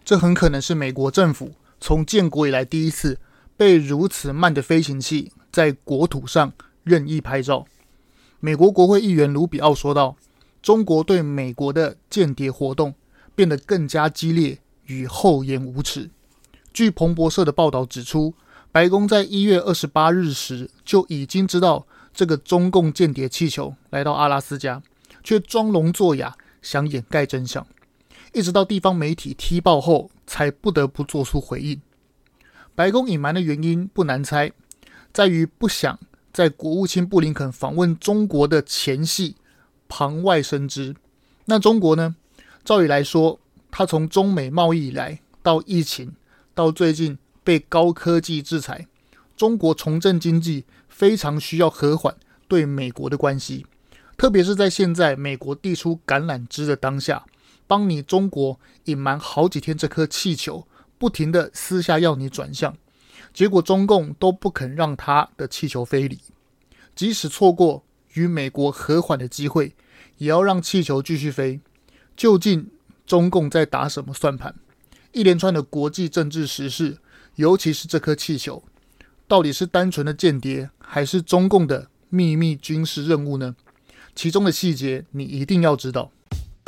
这很可能是美国政府从建国以来第一次被如此慢的飞行器在国土上任意拍照。美国国会议员卢比奥说道，中国对美国的间谍活动变得更加激烈与厚颜无耻。据彭博社的报道指出，白宫在1月28日时就已经知道这个中共间谍气球来到阿拉斯加，却装聋作哑，想掩盖真相。一直到地方媒体踢爆后，才不得不做出回应。白宫隐瞒的原因不难猜，在于不想在国务卿布林肯访问中国的前夕旁外生枝。那中国呢？照理来说，它从中美贸易以来，到疫情，到最近被高科技制裁，中国重振经济非常需要和缓对美国的关系，特别是在现在美国递出橄榄枝的当下，帮你中国隐瞒好几天这颗气球，不停的私下要你转向，结果中共都不肯让他的气球飞离，即使错过与美国和缓的机会，也要让气球继续飞。究竟中共在打什么算盘？一连串的国际政治时事，尤其是这颗气球，到底是单纯的间谍，还是中共的秘密军事任务呢？其中的细节你一定要知道。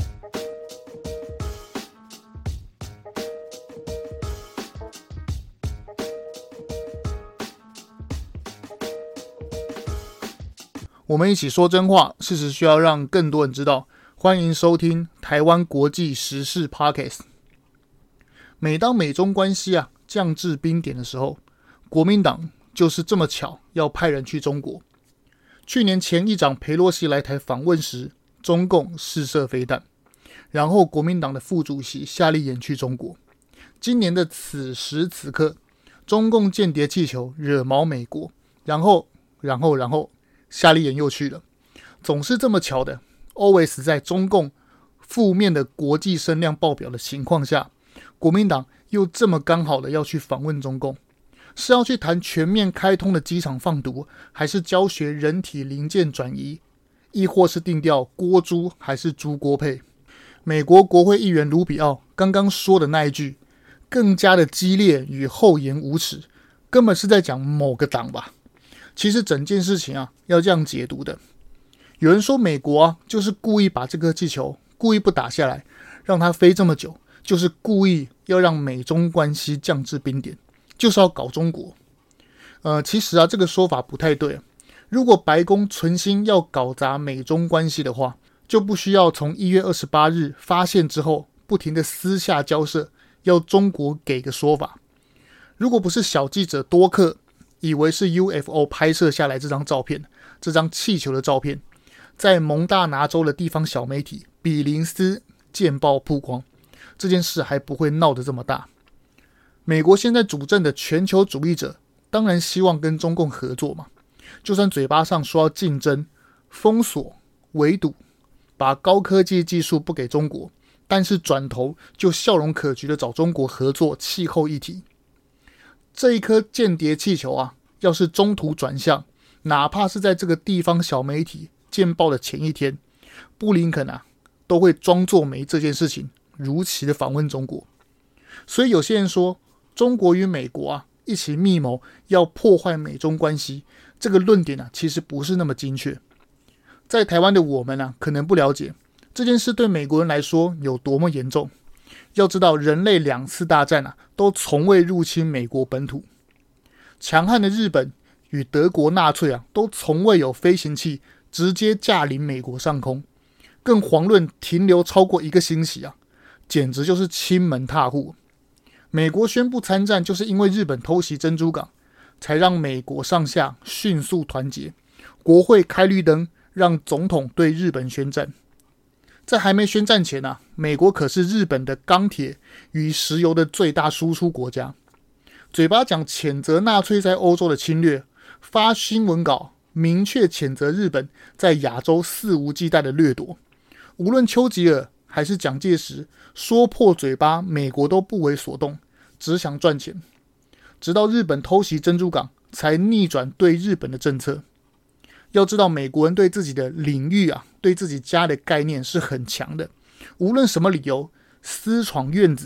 我们一起说真话，事实需要让更多人知道。欢迎收听台湾国际时事 Podcast。 每当美中关系降至冰点的时候，国民党就是这么巧要派人去中国。去年前议长裴洛西来台访问时，中共试射飞弹，然后国民党的副主席夏立言去中国。今年的此时此刻，中共间谍气球惹毛美国，然后夏立言又去了。总是这么巧的 always 在中共负面的国际声量爆表的情况下，国民党又这么刚好的要去访问中共，是要去谈全面开通的机场放毒，还是教学人体零件转移，亦或是定调锅猪还是猪锅配？美国国会议员卢比奥刚刚说的那一句更加的激烈与厚颜无耻，根本是在讲某个党吧。其实整件事情要这样解读的。有人说美国就是故意把这颗气球故意不打下来，让它飞这么久，就是故意要让美中关系降至冰点，就是要搞中国。其实这个说法不太对。如果白宫存心要搞砸美中关系的话，就不需要从1月28日发现之后不停的私下交涉，要中国给个说法。如果不是小记者多克以为是 UFO 拍摄下来这张照片，这张气球的照片，在蒙大拿州的地方小媒体比林斯见报曝光，这件事还不会闹得这么大。美国现在主政的全球主义者当然希望跟中共合作嘛，就算嘴巴上说要竞争、封锁、围堵，把高科技技术不给中国，但是转头就笑容可掬的找中国合作气候议题。这一颗间谍气球要是中途转向，哪怕是在这个地方小媒体见报的前一天，布林肯都会装作没这件事情，如期的访问中国。所以有些人说，中国与美国一起密谋要破坏美中关系，这个论点其实不是那么精确。在台湾的我们可能不了解这件事对美国人来说有多么严重。要知道，人类2次大战都从未入侵美国本土。强悍的日本与德国纳粹都从未有飞行器直接驾临美国上空，更遑论停留超过1个星期简直就是亲门踏户。美国宣布参战，就是因为日本偷袭珍珠港，才让美国上下迅速团结，国会开绿灯，让总统对日本宣战。在还没宣战前美国可是日本的钢铁与石油的最大输出国家，嘴巴讲谴责纳粹在欧洲的侵略，发新闻稿明确谴责日本在亚洲肆无忌惮的掠夺。无论丘吉尔还是蒋介石说破嘴巴，美国都不为所动，只想赚钱。直到日本偷袭珍珠港，才逆转对日本的政策。要知道，美国人对自己的领域对自己家的概念是很强的。无论什么理由，私闯院子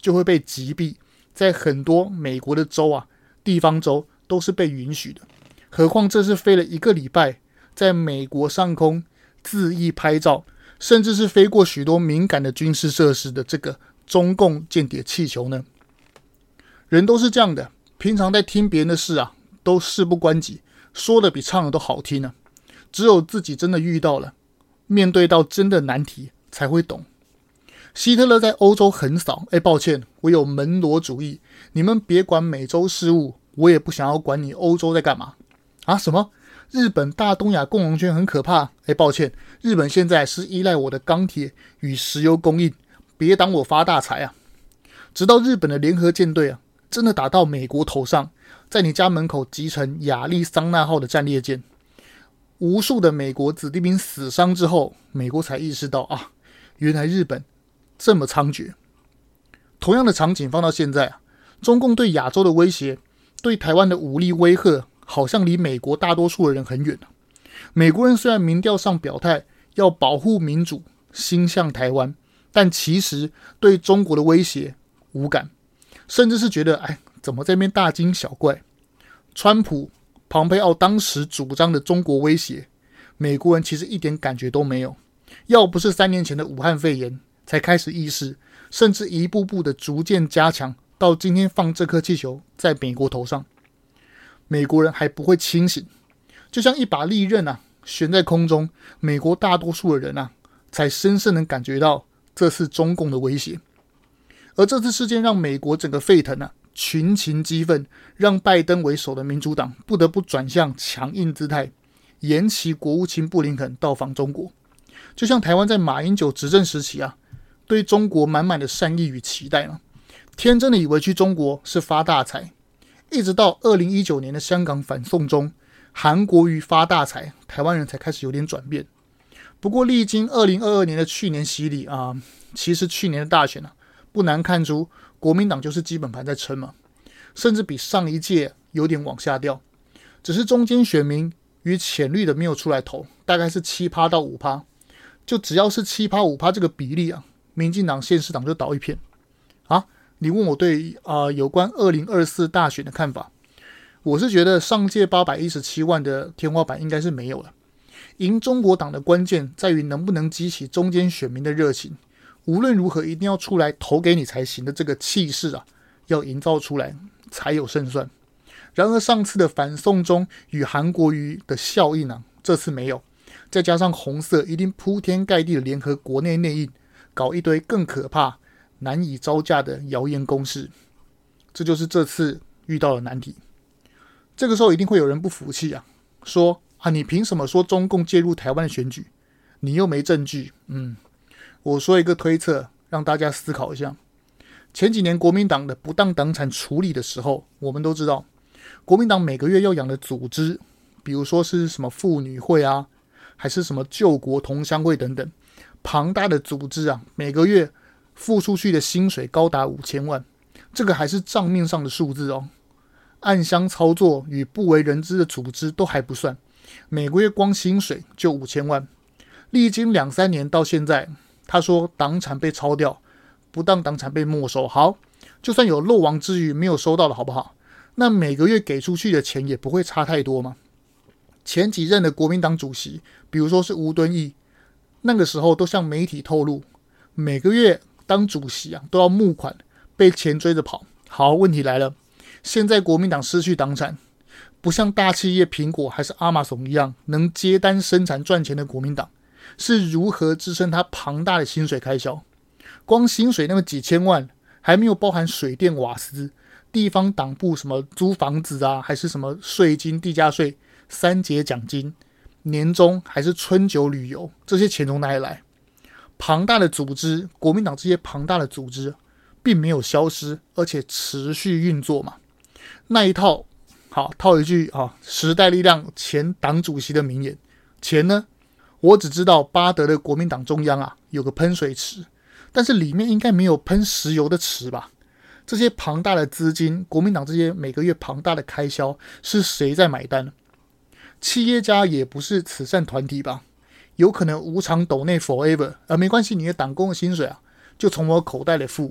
就会被击毙，在很多美国的州啊、地方州都是被允许的。何况这是飞了1个礼拜，在美国上空恣意拍照，甚至是飞过许多敏感的军事设施的这个中共间谍气球呢？人都是这样的，平常在听别人的事啊，都事不关己，说的比唱的都好听呢。只有自己真的遇到了，面对到真的难题才会懂。希特勒在欧洲横扫，抱歉，我有门罗主义，你们别管美洲事务，我也不想要管你欧洲在干嘛啊？什么？日本大东亚共荣圈很可怕？抱歉，日本现在是依赖我的钢铁与石油供应，别挡我发大财啊！直到日本的联合舰队啊，真的打到美国头上，在你家门口击沉亚利桑那号的战列舰，无数的美国子弟兵死伤之后，美国才意识到啊，原来日本这么猖獗。同样的场景放到现在啊，中共对亚洲的威胁，对台湾的武力威吓，好像离美国大多数的人很远啊。美国人虽然民调上表态要保护民主，心向台湾，但其实对中国的威胁无感，甚至是觉得怎么在那边大惊小怪。川普、庞佩奥当时主张的中国威胁，美国人其实一点感觉都没有。要不是3年前的武汉肺炎才开始意识，甚至一步步的逐渐加强，到今天放这颗气球在美国头上，美国人还不会清醒。就像一把利刃啊，悬在空中，美国大多数的人啊，才深深能感觉到这是中共的威胁。而这次事件让美国整个沸腾啊，群情激愤，让拜登为首的民主党不得不转向强硬姿态，延期国务卿布林肯到访中国。就像台湾在马英九执政时期啊，对中国满满的善意与期待嘛，天真的以为去中国是发大财，一直到2019年的香港反送中，韩国瑜发大财，台湾人才开始有点转变。不过历经2022年的去年洗礼啊，其实去年的大选啊，不难看出国民党就是基本盘在撑嘛，甚至比上一届有点往下掉，只是中间选民与浅绿的没有出来投，大概是 7% 到 5%， 就只要是 7% 5% 这个比例啊，民进党县市党就倒一片啊。你问我对有关2024大选的看法，我是觉得上届817万的天花板应该是没有了。赢中国党的关键在于能不能激起中间选民的热情，无论如何一定要出来投给你才行的这个气势啊，要营造出来才有胜算。然而上次的反送中与韩国瑜的效应啊，这次没有，再加上红色一定铺天盖地的联合国内内应，搞一堆更可怕难以招架的谣言攻势，这就是这次遇到的难题。这个时候一定会有人不服气啊，说你凭什么说中共介入台湾的选举？你又没证据。我说一个推测，让大家思考一下。前几年国民党的不当党产处理的时候，我们都知道，国民党每个月要养的组织，比如说是什么妇女会啊，还是什么救国同乡会等等，庞大的组织啊，每个月付出去的薪水高达5000万，这个还是账面上的数字哦。暗箱操作与不为人知的组织都还不算，每个月光薪水就5000万。历经2-3年到现在，他说党产被抄掉，不当党产被没收，好，就算有漏网之鱼没有收到了好不好？那每个月给出去的钱也不会差太多吗？前几任的国民党主席，比如说是吴敦义，那个时候都向媒体透露，每个月当主席啊都要募款，被钱追着跑。好，问题来了，现在国民党失去党产，不像大企业苹果还是阿玛逊一样能接单生产赚钱的国民党，是如何支撑他庞大的薪水开销？光薪水那么几千万，还没有包含水电瓦斯、地方党部什么租房子啊，还是什么税金、地价税、3节奖金、年终还是春酒旅游，这些钱从哪里来？庞大的组织，国民党这些庞大的组织并没有消失，而且持续运作嘛。那一套，好，套一句时代力量前党主席的名言，钱呢？我只知道巴德的国民党中央啊有个喷水池，但是里面应该没有喷石油的池吧？这些庞大的资金，国民党这些每个月庞大的开销，是谁在买单呢？企业家也不是慈善团体吧？有可能无偿抖内 forever， 没关系，你的党工的薪水啊，就从我口袋里付，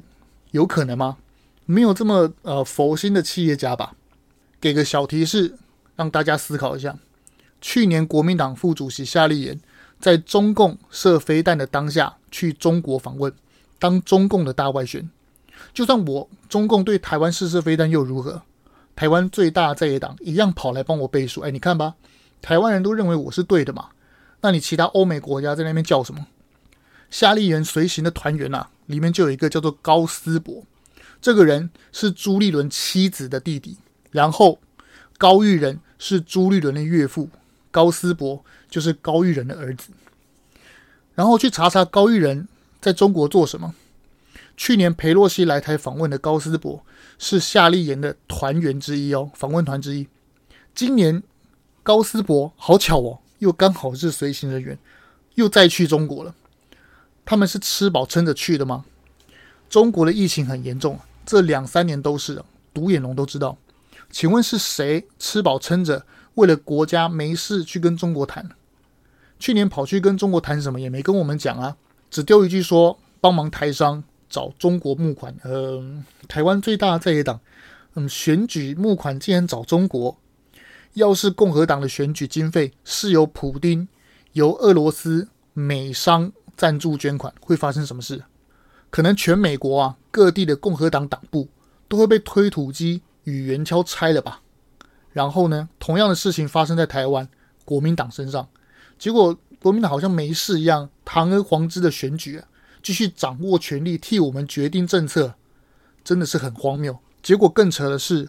有可能吗？没有这么佛心的企业家吧。给个小提示让大家思考一下，去年国民党副主席夏立言在中共射飞弹的当下去中国访问，当中共的大外宣。就算中共对台湾试射飞弹又如何？台湾最大在野党一样跑来帮我背书。你看吧，台湾人都认为我是对的嘛，那你其他欧美国家在那边叫什么？夏立言随行的团员里面就有一个叫做高思博，这个人是朱立伦妻子的弟弟，然后高育仁是朱立伦的岳父，高思博就是高育仁的儿子。然后去查查高育仁在中国做什么。去年裴洛西来台访问的高思博是夏立言的团员之一访问团之一。今年高思博好巧又刚好是随行人员，又再去中国了。他们是吃饱撑着去的吗？中国的疫情很严重，这2-3年都是独眼龙都知道。请问是谁吃饱撑着为了国家没事去跟中国谈？去年跑去跟中国谈什么也没跟我们讲只丢一句说帮忙台商找中国募款。台湾最大在野党选举募款竟然找中国。要是共和党的选举经费是由普丁、由俄罗斯、美商赞助捐款，会发生什么事？可能全美国各地的共和党党部都会被推土机与圆锹拆了吧。然后呢，同样的事情发生在台湾国民党身上，结果国民党好像没事一样，堂而皇之的选举继续掌握权力替我们决定政策，真的是很荒谬。结果更扯的是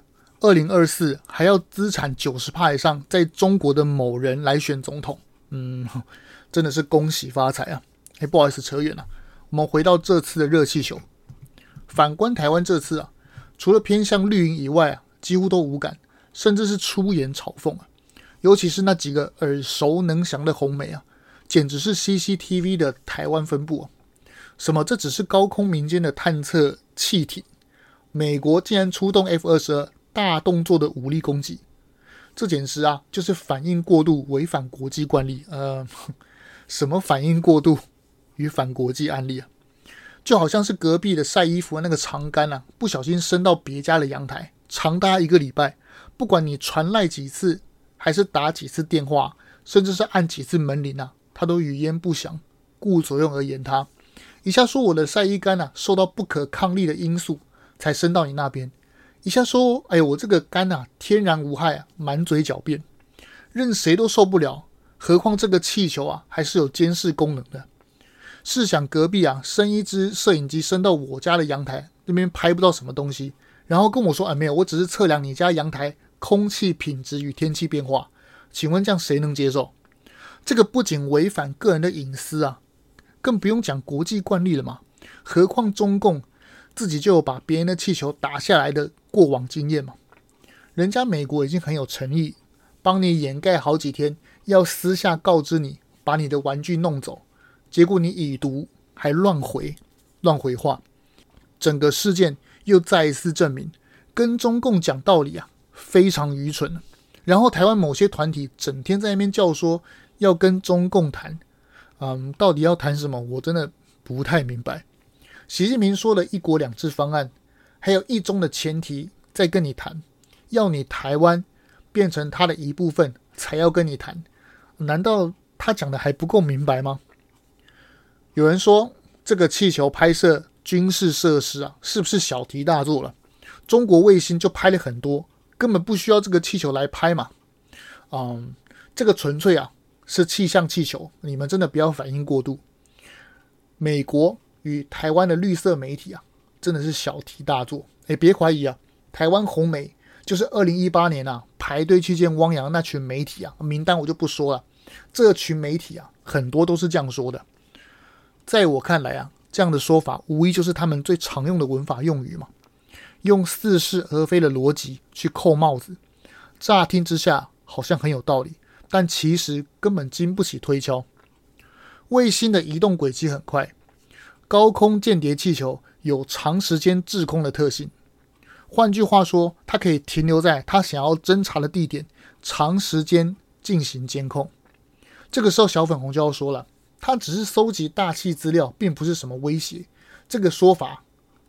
2024还要资产 90% 以上在中国的某人来选总统。真的是恭喜发财不好意思扯远了，我们回到这次的热气球。反观台湾这次除了偏向绿营以外几乎都无感，甚至是出言嘲讽尤其是那几个耳熟能详的红媒简直是 CCTV 的台湾分部什么这只是高空民间的探测气体，美国竟然出动 F-22大动作的武力攻击，这简直就是反应过度，违反国际惯例。什么反应过度与反国际案例就好像是隔壁的晒衣服的那个长杆不小心伸到别家的阳台，长达1个礼拜，不管你传赖几次，还是打几次电话，甚至是按几次门铃他都语焉不详，顾左右而言他。一下说我的晒衣杆受到不可抗力的因素才伸到你那边，一下说我这个杆天然无害满嘴狡辩，任谁都受不了，何况这个气球还是有监视功能的。试想隔壁伸一只摄影机伸到我家的阳台，那边拍不到什么东西，然后跟我说没有，我只是测量你家阳台空气品质与天气变化，请问这样谁能接受？这个不仅违反个人的隐私更不用讲国际惯例了嘛，何况中共自己就有把别人的气球打下来的过往经验嘛。人家美国已经很有诚意，帮你掩盖好几天，要私下告知你把你的玩具弄走，结果你已读还乱回话。整个事件又再一次证明跟中共讲道理非常愚蠢。然后台湾某些团体整天在那边叫说要跟中共谈，到底要谈什么我真的不太明白。习近平说了一国两制方案，还有一中的前提在跟你谈，要你台湾变成他的一部分才要跟你谈，难道他讲的还不够明白吗？有人说这个气球拍摄军事设施是不是小题大做了？中国卫星就拍了很多，根本不需要这个气球来拍嘛。这个纯粹是气象气球，你们真的不要反应过度。美国与台湾的绿色媒体真的是小题大做。别怀疑台湾红媒就是2018年排队去见汪洋那群媒体名单我就不说了，这群媒体很多都是这样说的。在我看来这样的说法无疑就是他们最常用的文法用语嘛，用似是而非的逻辑去扣帽子，乍听之下好像很有道理，但其实根本经不起推敲。卫星的移动轨迹很快，高空间谍气球有长时间滞空的特性，换句话说，它可以停留在它想要侦查的地点，长时间进行监控。这个时候小粉红就要说了，它只是搜集大气资料，并不是什么威胁。这个说法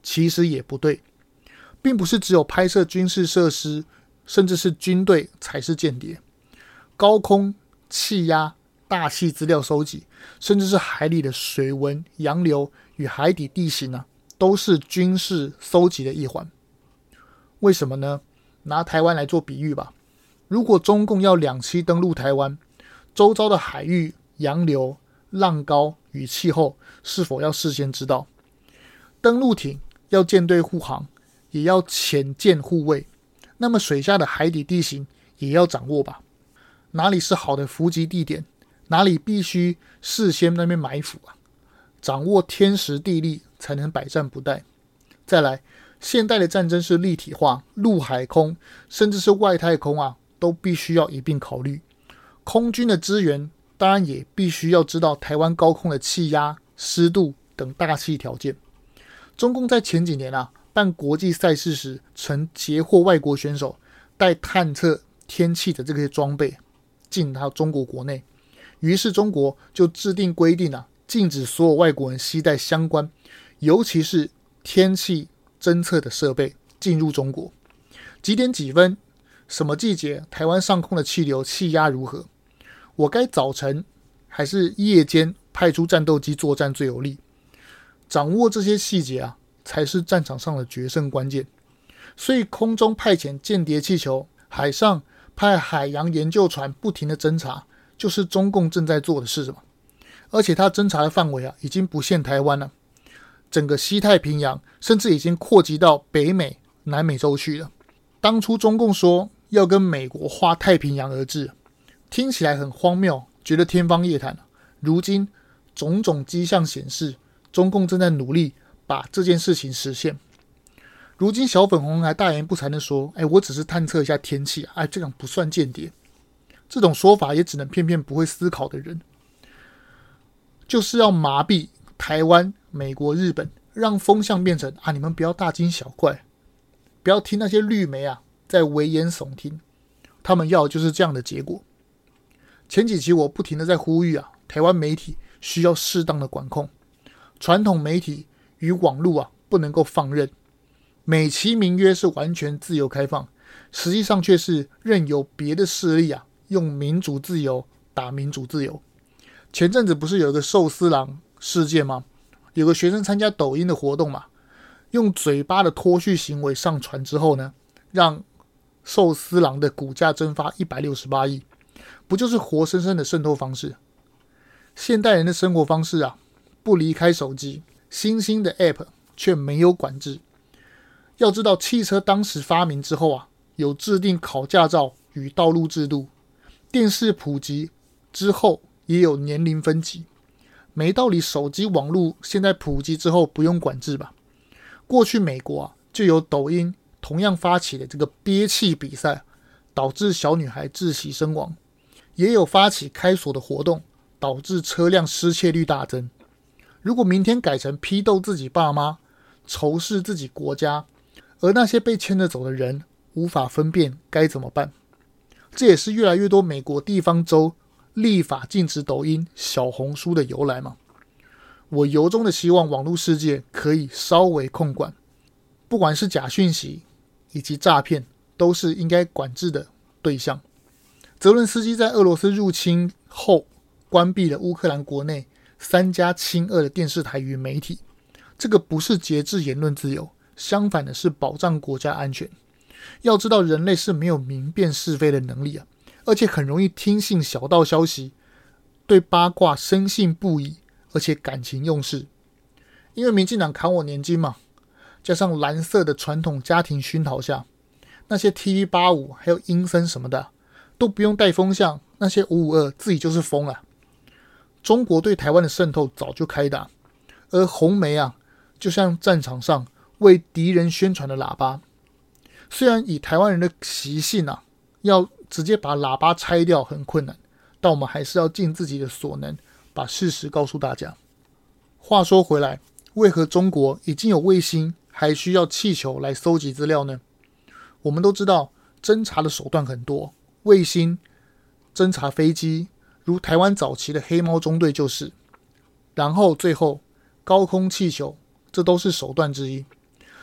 其实也不对，并不是只有拍摄军事设施甚至是军队才是间谍，高空、气压、大气资料收集，甚至是海里的水文、洋流与海底地形都是军事搜集的一环。为什么呢？拿台湾来做比喻吧，如果中共要2栖登陆台湾，周遭的海域、洋流、浪高与气候是否要事先知道？登陆艇要舰队护航，也要潜舰护卫，那么水下的海底地形也要掌握吧？哪里是好的伏击地点，哪里必须事先那边埋伏掌握天时地利才能百战不殆。再来，现代的战争是立体化，陆海空甚至是外太空都必须要一并考虑。空军的资源当然也必须要知道台湾高空的气压、湿度等大气条件。中共在前几年办国际赛事时，曾截获外国选手带探测天气的这些装备进到中国国内，于是中国就制定规定禁止所有外国人携带相关，尤其是天气侦测的设备进入中国。几点几分，什么季节，台湾上空的气流、气压如何？我该早晨还是夜间派出战斗机作战最有利？掌握这些细节才是战场上的决胜关键。所以空中派遣间谍气球，海上派海洋研究船不停的侦察，就是中共正在做的事嘛。而且它侦察的范围已经不限台湾了，整个西太平洋甚至已经扩及到北美、南美洲去了。当初中共说要跟美国划太平洋而治，听起来很荒谬，觉得天方夜谭。如今种种迹象显示，中共正在努力把这件事情实现。如今小粉红还大言不惭的说，我只是探测一下天气这样不算间谍。这种说法也只能骗骗不会思考的人，就是要麻痹台湾、美国、日本，让风向变成你们不要大惊小怪，不要听那些绿媒在危言耸听，他们要的就是这样的结果。前几期我不停的在呼吁台湾媒体需要适当的管控，传统媒体与网络不能够放任，美其名曰是完全自由开放，实际上却是任由别的势力用民主自由打民主自由。前阵子不是有一个寿司郎事件吗？有个学生参加抖音的活动嘛，用嘴巴的脱序行为上传之后呢，让寿司郎的股价蒸发168亿，不就是活生生的渗透方式？现代人的生活方式不离开手机，新兴的 App 却没有管制。要知道汽车当时发明之后有制定考驾照与道路制度，电视普及之后也有年龄分级，没道理手机网络现在普及之后不用管制吧？过去美国就有抖音同样发起的这个憋气比赛，导致小女孩窒息身亡，也有发起开锁的活动，导致车辆失窃率大增。如果明天改成批斗自己爸妈，仇视自己国家，而那些被牵着走的人无法分辨该怎么办？这也是越来越多美国地方州立法禁止抖音、小红书的由来嘛。我由衷的希望网络世界可以稍微控管，不管是假讯息以及诈骗，都是应该管制的对象。泽伦斯基在俄罗斯入侵后关闭了乌克兰国内3家亲俄的电视台与媒体，这个不是节制言论自由，相反的是保障国家安全。要知道人类是没有明辨是非的能力而且很容易听信小道消息，对八卦深信不疑，而且感情用事。因为民进党砍我年金嘛，加上蓝色的传统家庭熏陶下，那些 TV85 还有阴森什么的都不用带风向，那些552自己就是疯中国对台湾的渗透早就开打，而红媒就像战场上为敌人宣传的喇叭。虽然以台湾人的习性要直接把喇叭拆掉很困难，但我们还是要尽自己的所能，把事实告诉大家。话说回来，为何中国已经有卫星，还需要气球来搜集资料呢？我们都知道，侦察的手段很多，卫星、侦察飞机，如台湾早期的黑猫中队就是。然后最后，高空气球，这都是手段之一。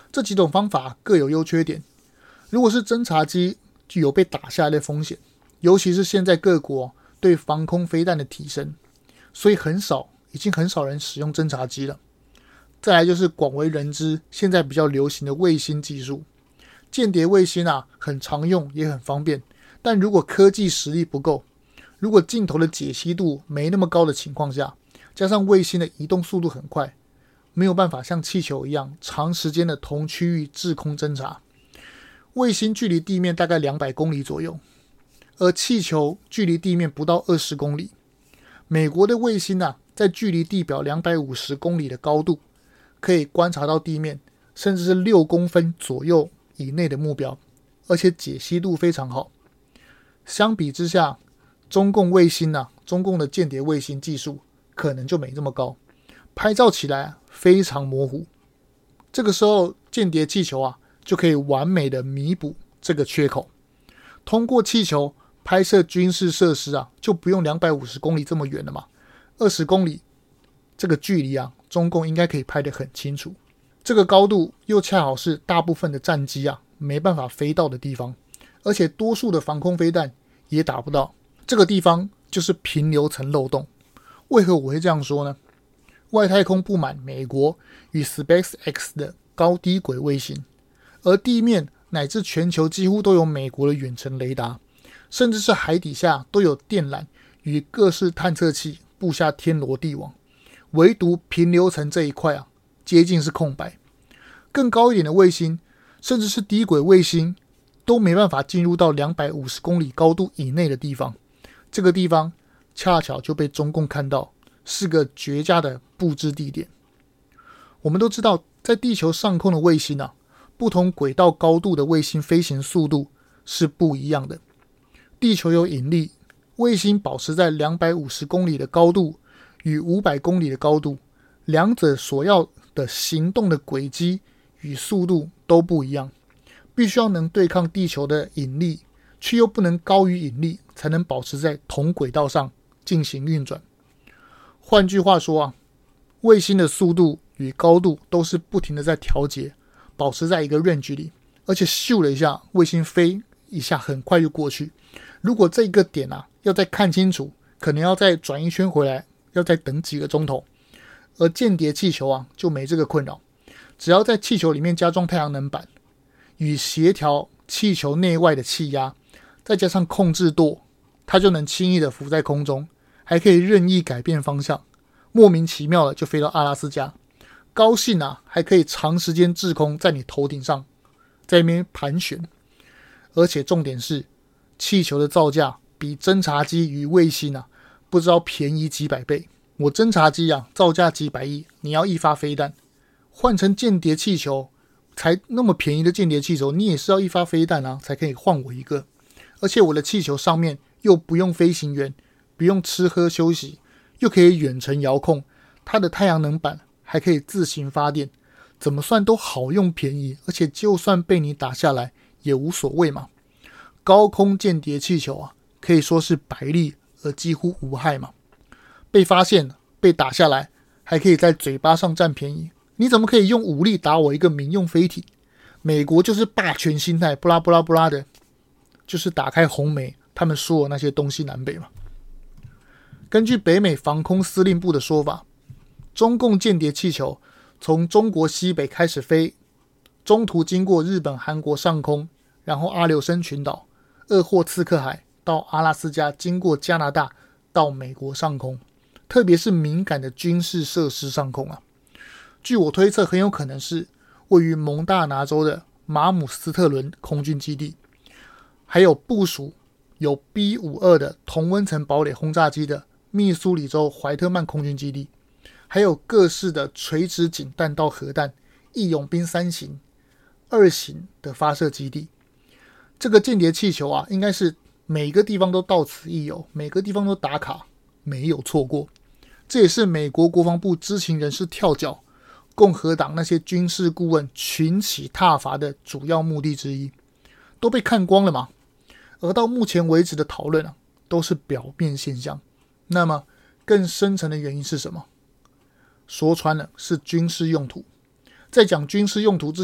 这几种方法各有优缺点。如果是侦察机，具有被打下来的风险，尤其是现在各国对防空飞弹的提升，所以已经很少人使用侦察机了。再来就是广为人知，现在比较流行的卫星技术。间谍卫星很常用也很方便，但如果科技实力不够，如果镜头的解析度没那么高的情况下，加上卫星的移动速度很快，没有办法像气球一样长时间的同区域滞空侦察。卫星距离地面大概200公里左右，而气球距离地面不到20公里。美国的卫星在距离地表250公里的高度，可以观察到地面甚至是6公分左右以内的目标，而且解析度非常好。相比之下，中共的间谍卫星技术可能就没这么高，拍照起来非常模糊。这个时候间谍气球就可以完美的弥补这个缺口。通过气球拍摄军事设施就不用250公里这么远了嘛，20公里这个距离中共应该可以拍得很清楚。这个高度又恰好是大部分的战机没办法飞到的地方，而且多数的防空飞弹也打不到。这个地方就是平流层漏洞。为何我会这样说呢？外太空布满美国与 SpaceX 的高低轨卫星，而地面乃至全球几乎都有美国的远程雷达，甚至是海底下都有电缆与各式探测器布下天罗地网，唯独平流层这一块接近是空白。更高一点的卫星，甚至是低轨卫星，都没办法进入到250公里高度以内的地方。这个地方恰巧就被中共看到，是个绝佳的布置地点。我们都知道，在地球上空的卫星不同轨道高度的卫星飞行速度是不一样的。地球有引力，卫星保持在250公里的高度与500公里的高度，两者所要的行动的轨迹与速度都不一样，必须要能对抗地球的引力，却又不能高于引力，才能保持在同轨道上进行运转。换句话说卫星的速度与高度都是不停的在调节，保持在一个 range 里，而且咻了一下，卫星飞一下很快就过去。如果这个点要再看清楚，可能要再转一圈回来，要再等几个钟头。而间谍气球就没这个困扰，只要在气球里面加装太阳能板，与协调气球内外的气压，再加上控制舵，它就能轻易的浮在空中，还可以任意改变方向，莫名其妙的就飞到阿拉斯加。高兴还可以长时间滞空在你头顶上，在那边盘旋。而且重点是，气球的造价比侦察机与卫星不知道便宜几百倍。我侦察机造价几百亿，你要一发飞弹，换成间谍气球，才那么便宜的间谍气球，你也是要一发飞弹才可以换我一个。而且我的气球上面又不用飞行员，不用吃喝休息，又可以远程遥控，它的太阳能板还可以自行发电，怎么算都好用便宜，而且就算被你打下来也无所谓嘛。高空间谍气球可以说是百利而几乎无害嘛。被发现被打下来，还可以在嘴巴上占便宜。你怎么可以用武力打我一个民用飞艇？美国就是霸权心态，不拉不拉不拉的，就是打开红媒他们说的那些东西南北嘛。根据北美防空司令部的说法，中共间谍气球从中国西北开始飞，中途经过日本、韩国上空，然后阿留申群岛、鄂霍次克海到阿拉斯加，经过加拿大到美国上空，特别是敏感的军事设施上空据我推测，很有可能是位于蒙大拿州的马姆斯特伦空军基地，还有部署有 B-52 的同温层堡垒轰炸机的密苏里州怀特曼空军基地，还有各式的垂直井弹道核弹、义勇兵3型、2型的发射基地。这个间谍气球应该是每个地方都到此一游，每个地方都打卡，没有错过。这也是美国国防部知情人士跳脚，共和党那些军事顾问群起挞伐的主要目的之一，都被看光了嘛。而到目前为止的讨论都是表面现象。那么更深层的原因是什么？说穿了是军事用途。在讲军事用途之前，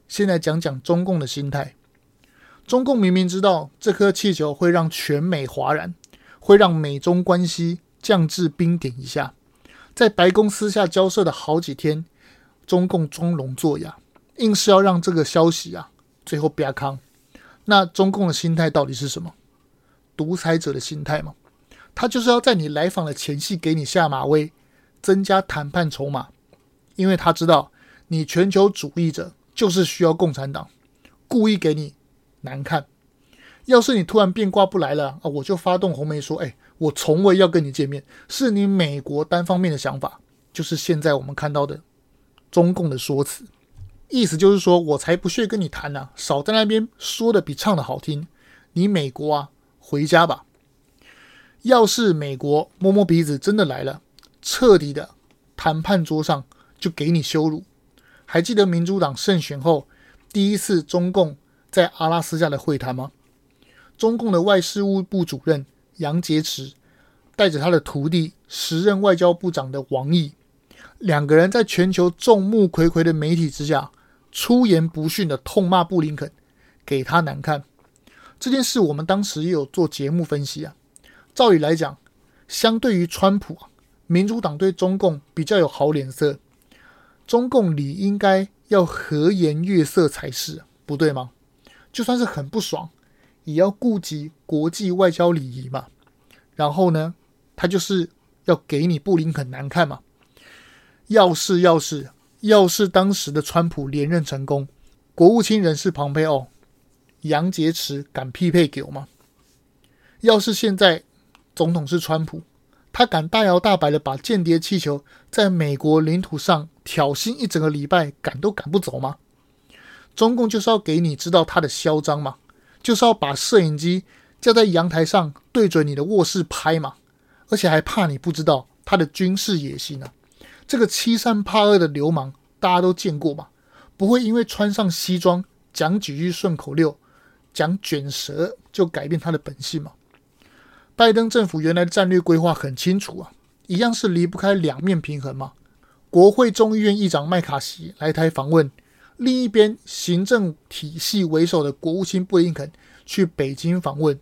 先来讲讲中共的心态。中共明明知道这颗气球会让全美哗然，会让美中关系降至冰点以下，在白宫私下交涉的好几天，中共装聋作哑，硬是要让这个消息最后啪康。那中共的心态到底是什么？独裁者的心态嘛，他就是要在你来访的前夕给你下马威，增加谈判筹码，因为他知道你全球主义者就是需要共产党，故意给你难看。要是你突然变卦不来了我就发动红媒说我从未要跟你见面，是你美国单方面的想法，就是现在我们看到的中共的说辞。意思就是说，我才不屑跟你谈少在那边说的比唱的好听，你美国回家吧。要是美国摸摸鼻子真的来了，彻底的谈判桌上就给你羞辱。还记得民主党胜选后第一次中共在阿拉斯加的会谈吗？中共的外事务部主任杨洁篪带着他的徒弟时任外交部长的王毅，两个人在全球众目睽睽的媒体之下出言不逊的痛骂布林肯，给他难看。这件事我们当时也有做节目分析照理来讲，相对于川普民主党对中共比较有好脸色，中共理应该要和颜悦色才是，不对吗？就算是很不爽，也要顾及国际外交礼仪嘛。然后呢，他就是要给你布林肯难看嘛。要是当时的川普连任成功，国务卿人事庞佩奥、杨洁篪敢匹配给我吗？要是现在总统是川普，他敢大摇大摆的把间谍气球在美国领土上挑衅一整个礼拜，赶都赶不走吗？中共就是要给你知道他的嚣张嘛，就是要把摄影机架在阳台上对准你的卧室拍嘛，而且还怕你不知道他的军事野心这个欺善怕恶的流氓大家都见过嘛，不会因为穿上西装讲几句顺口溜，讲卷舌就改变他的本性嘛。拜登政府原来的战略规划很清楚一样是离不开两面平衡嘛。国会众议院议长麦卡锡来台访问，另一边行政体系为首的国务卿布林肯去北京访问，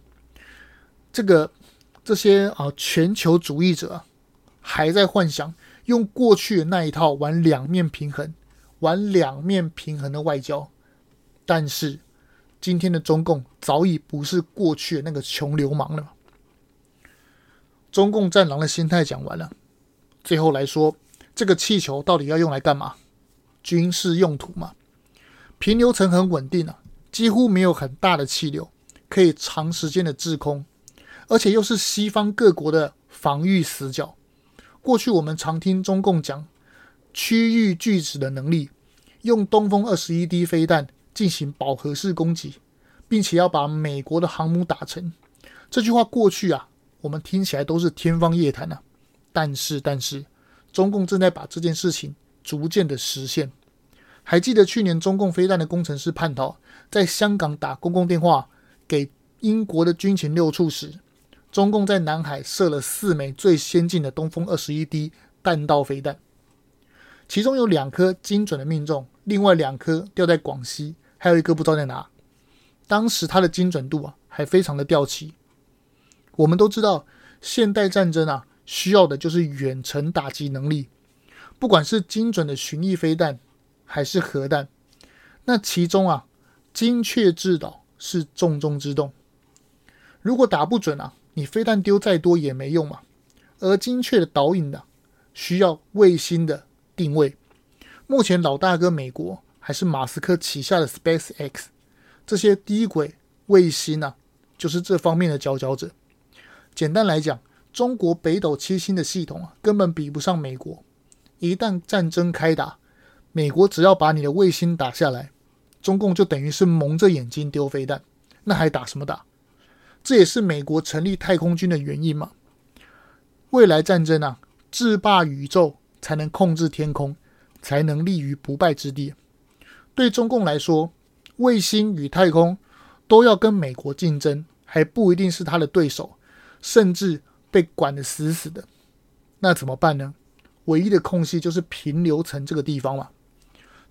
这些全球主义者还在幻想用过去的那一套玩两面平衡的外交。但是今天的中共早已不是过去的那个穷流氓了。中共战狼的心态讲完了，最后来说，这个气球到底要用来干嘛？军事用途嘛。平流层很稳定几乎没有很大的气流，可以长时间的滞空，而且又是西方各国的防御死角。过去我们常听中共讲区域拒止的能力，用东风21D 飞弹进行饱和式攻击，并且要把美国的航母打沉。这句话过去我们听起来都是天方夜谭但是中共正在把这件事情逐渐的实现。还记得去年中共飞弹的工程师叛逃在香港打公共电话给英国的军情六处时，中共在南海射了4枚最先进的东风21D 弹道飞弹，其中有2颗精准的命中，另外2颗掉在广西，还有1颗不知道在哪。当时它的精准度还非常的吊奇。我们都知道现代战争需要的就是远程打击能力，不管是精准的巡弋飞弹还是核弹，那其中精确制导是重中之重。如果打不准你飞弹丢再多也没用嘛。而精确的导引需要卫星的定位。目前老大哥美国还是马斯克旗下的 SpaceX， 这些低轨卫星就是这方面的佼佼者。简单来讲，中国北斗七星的系统根本比不上美国。一旦战争开打，美国只要把你的卫星打下来，中共就等于是蒙着眼睛丢飞弹，那还打什么打？这也是美国成立太空军的原因嘛。未来战争制霸宇宙才能控制天空，才能立于不败之地。对中共来说，卫星与太空都要跟美国竞争，还不一定是他的对手，甚至被管得死死的。那怎么办呢？唯一的空隙就是平流层这个地方嘛。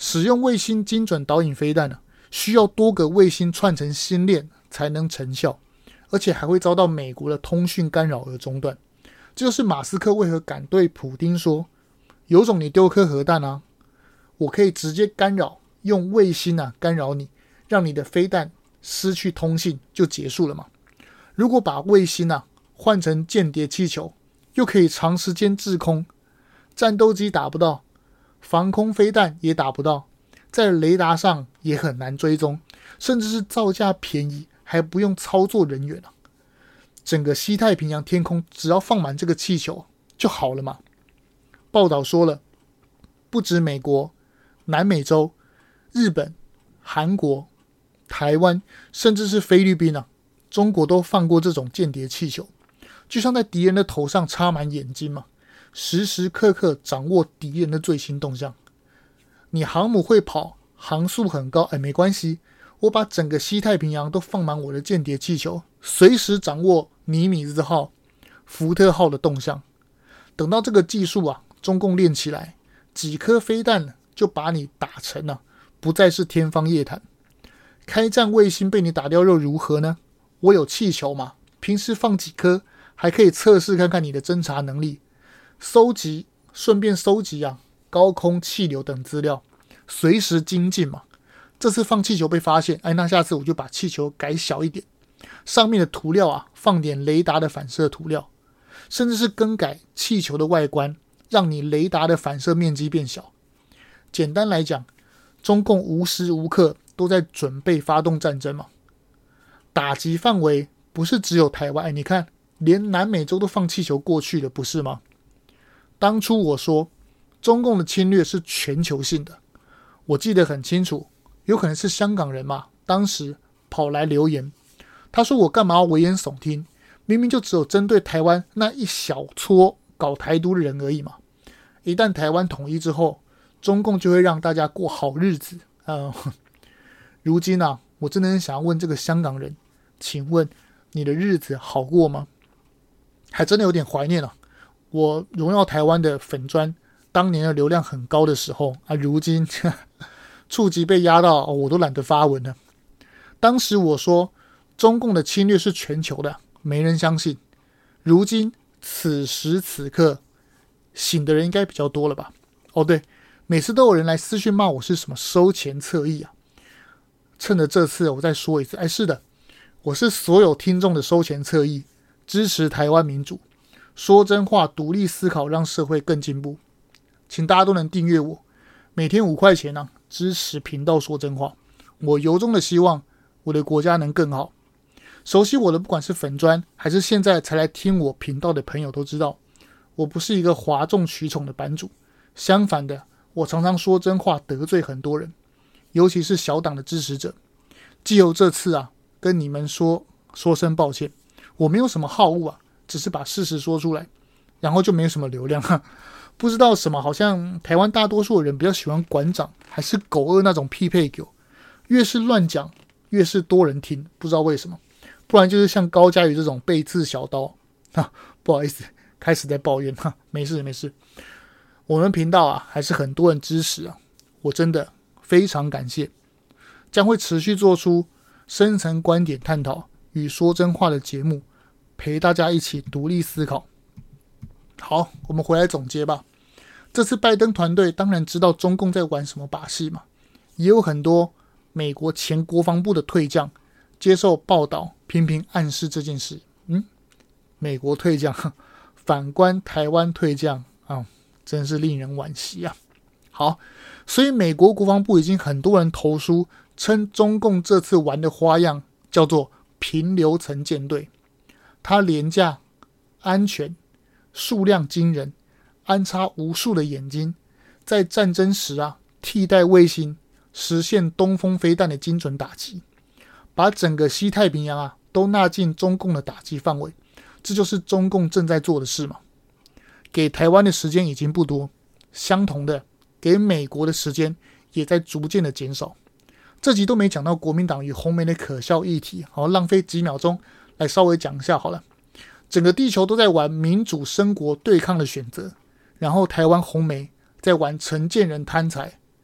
使用卫星精准导引飞弹呢，需要多个卫星串成星链才能成效，而且还会遭到美国的通讯干扰而中断。这就是马斯克为何敢对普丁说，有种你丢颗核弹啊，我可以直接干扰，用卫星干扰你，让你的飞弹失去通信就结束了嘛。如果把卫星换成间谍气球，又可以长时间滞空，战斗机打不到，防空飞弹也打不到，在雷达上也很难追踪，甚至是造价便宜，还不用操作人员整个西太平洋天空只要放满这个气球就好了嘛。报道说了，不止美国、南美洲、日本、韩国、台湾，甚至是菲律宾中国都放过这种间谍气球，就像在敌人的头上插满眼睛嘛，时时刻刻掌握敌人的最新动向。你航母会跑，航速很高，没关系，我把整个西太平洋都放满我的间谍气球，随时掌握尼米兹号、福特号的动向。等到这个技术中共练起来，几颗飞弹就把你打成不再是天方夜谭。开战卫星被你打掉又如何呢？我有气球嘛，平时放几颗，还可以测试看看你的侦察能力，顺便收集高空气流等资料，随时精进嘛。这次放气球被发现，那下次我就把气球改小一点，上面的涂料放点雷达的反射涂料，甚至是更改气球的外观，让你雷达的反射面积变小。简单来讲，中共无时无刻都在准备发动战争嘛。打击范围不是只有台湾，你看连南美洲都放气球过去了，不是吗？当初我说中共的侵略是全球性的，我记得很清楚，有可能是香港人嘛，当时跑来留言，他说我干嘛要危言耸听，明明就只有针对台湾那一小撮搞台独的人而已嘛。一旦台湾统一之后，中共就会让大家过好日子。如今我真的很想要问这个香港人，请问你的日子好过吗？还真的有点怀念我荣耀台湾的粉专当年的流量很高的时候如今触及被压到我都懒得发文了。当时我说中共的侵略是全球的，没人相信。如今此时此刻醒的人应该比较多了吧？对，每次都有人来私讯骂我是什么收钱侧翼趁着这次我再说一次，是的，我是所有听众的收钱侧翼，支持台湾民主，说真话，独立思考，让社会更进步。请大家都能订阅我，每天5块钱支持频道说真话。我由衷的希望我的国家能更好。熟悉我的不管是粉专还是现在才来听我频道的朋友都知道，我不是一个哗众取宠的版主，相反的，我常常说真话得罪很多人，尤其是小党的支持者。藉由这次跟你们说声抱歉，我没有什么好恶只是把事实说出来，然后就没有什么流量不知道什么，好像台湾大多数的人比较喜欢馆长还是狗二那种匹配狗，越是乱讲越是多人听，不知道为什么。不然就是像高嘉瑜这种背刺小刀不好意思，开始在抱怨没事。我们频道还是很多人支持我真的非常感谢，将会持续做出深层观点探讨与说真话的节目，陪大家一起独立思考。好，我们回来总结吧。这次拜登团队当然知道中共在玩什么把戏嘛，也有很多美国前国防部的退将接受报道，频频暗示这件事。美国退将，反观台湾退将真是令人惋惜好，所以美国国防部已经很多人投书，称中共这次玩的花样叫做平流层舰队，它廉价、安全、数量惊人，安插无数的眼睛，在战争时替代卫星，实现东风飞弹的精准打击，把整个西太平洋都纳进中共的打击范围。这就是中共正在做的事嘛。给台湾的时间已经不多，相同的给美国的时间也在逐渐的减少。这集都没讲到国民党与红媒的可笑议题，好，浪费几秒钟来稍微讲一下好了。整个地球都在玩民主生国对抗的选择，然后台湾红媒在玩陈建仁贪财，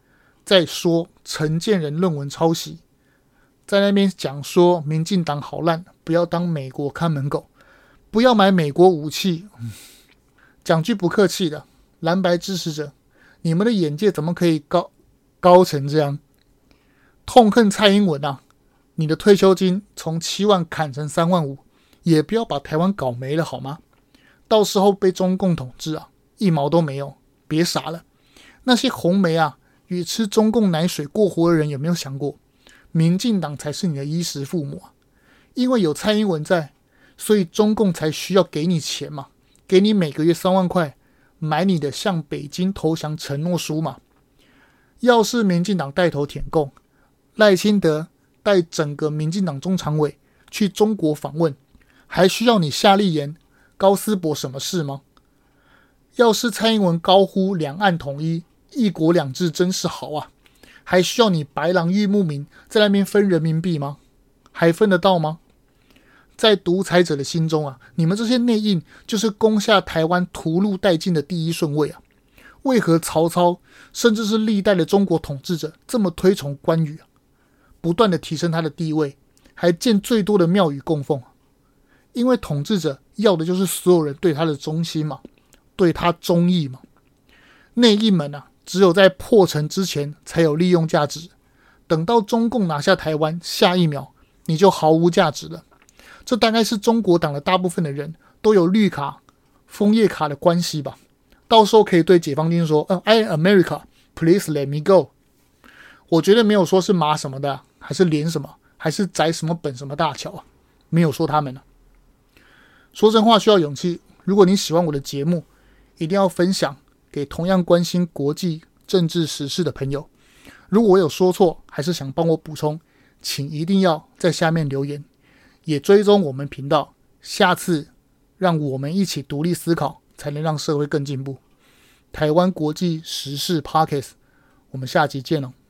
在说陈建仁论文抄袭，在那边讲说民进党好烂，不要当美国看门狗，不要买美国武器。讲句不客气的，蓝白支持者，你们的眼界怎么可以高成这样？痛恨蔡英文啊，你的退休金从7万砍成3万5，也不要把台湾搞没了好吗？到时候被中共统治啊，一毛都没有，别傻了。那些红媒啊，与吃中共奶水过活的人有没有想过，民进党才是你的衣食父母啊？因为有蔡英文在，所以中共才需要给你钱嘛，给你每个月3万块，买你的向北京投降承诺书嘛。要是民进党带头舔共，赖清德带整个民进党中常委去中国访问，还需要你夏立言、高思博什么事吗？要是蔡英文高呼两岸统一、一国两制真是好啊，还需要你白狼玉木民在那边分人民币吗？还分得到吗？在独裁者的心中啊，你们这些内应就是攻下台湾屠戮殆尽的第一顺位啊！为何曹操甚至是历代的中国统治者这么推崇关羽啊？不断的提升他的地位，还建最多的庙宇供奉啊！因为统治者要的就是所有人对他的忠心嘛，对他忠义嘛。内应们啊，只有在破城之前才有利用价值，等到中共拿下台湾，下一秒你就毫无价值了。这大概是中国党的大部分的人都有绿卡、枫叶卡的关系吧。到时候可以对解放军说I am America, please let me go。 我绝对没有说是马什么的，还是连什么，还是宅什么本什么大桥啊，没有说他们啊。说真话需要勇气，如果你喜欢我的节目，一定要分享给同样关心国际政治时事的朋友。如果我有说错，还是想帮我补充，请一定要在下面留言，也追踪我们频道，下次让我们一起独立思考，才能让社会更进步。台湾国际时事 Podcast， 我们下集见了。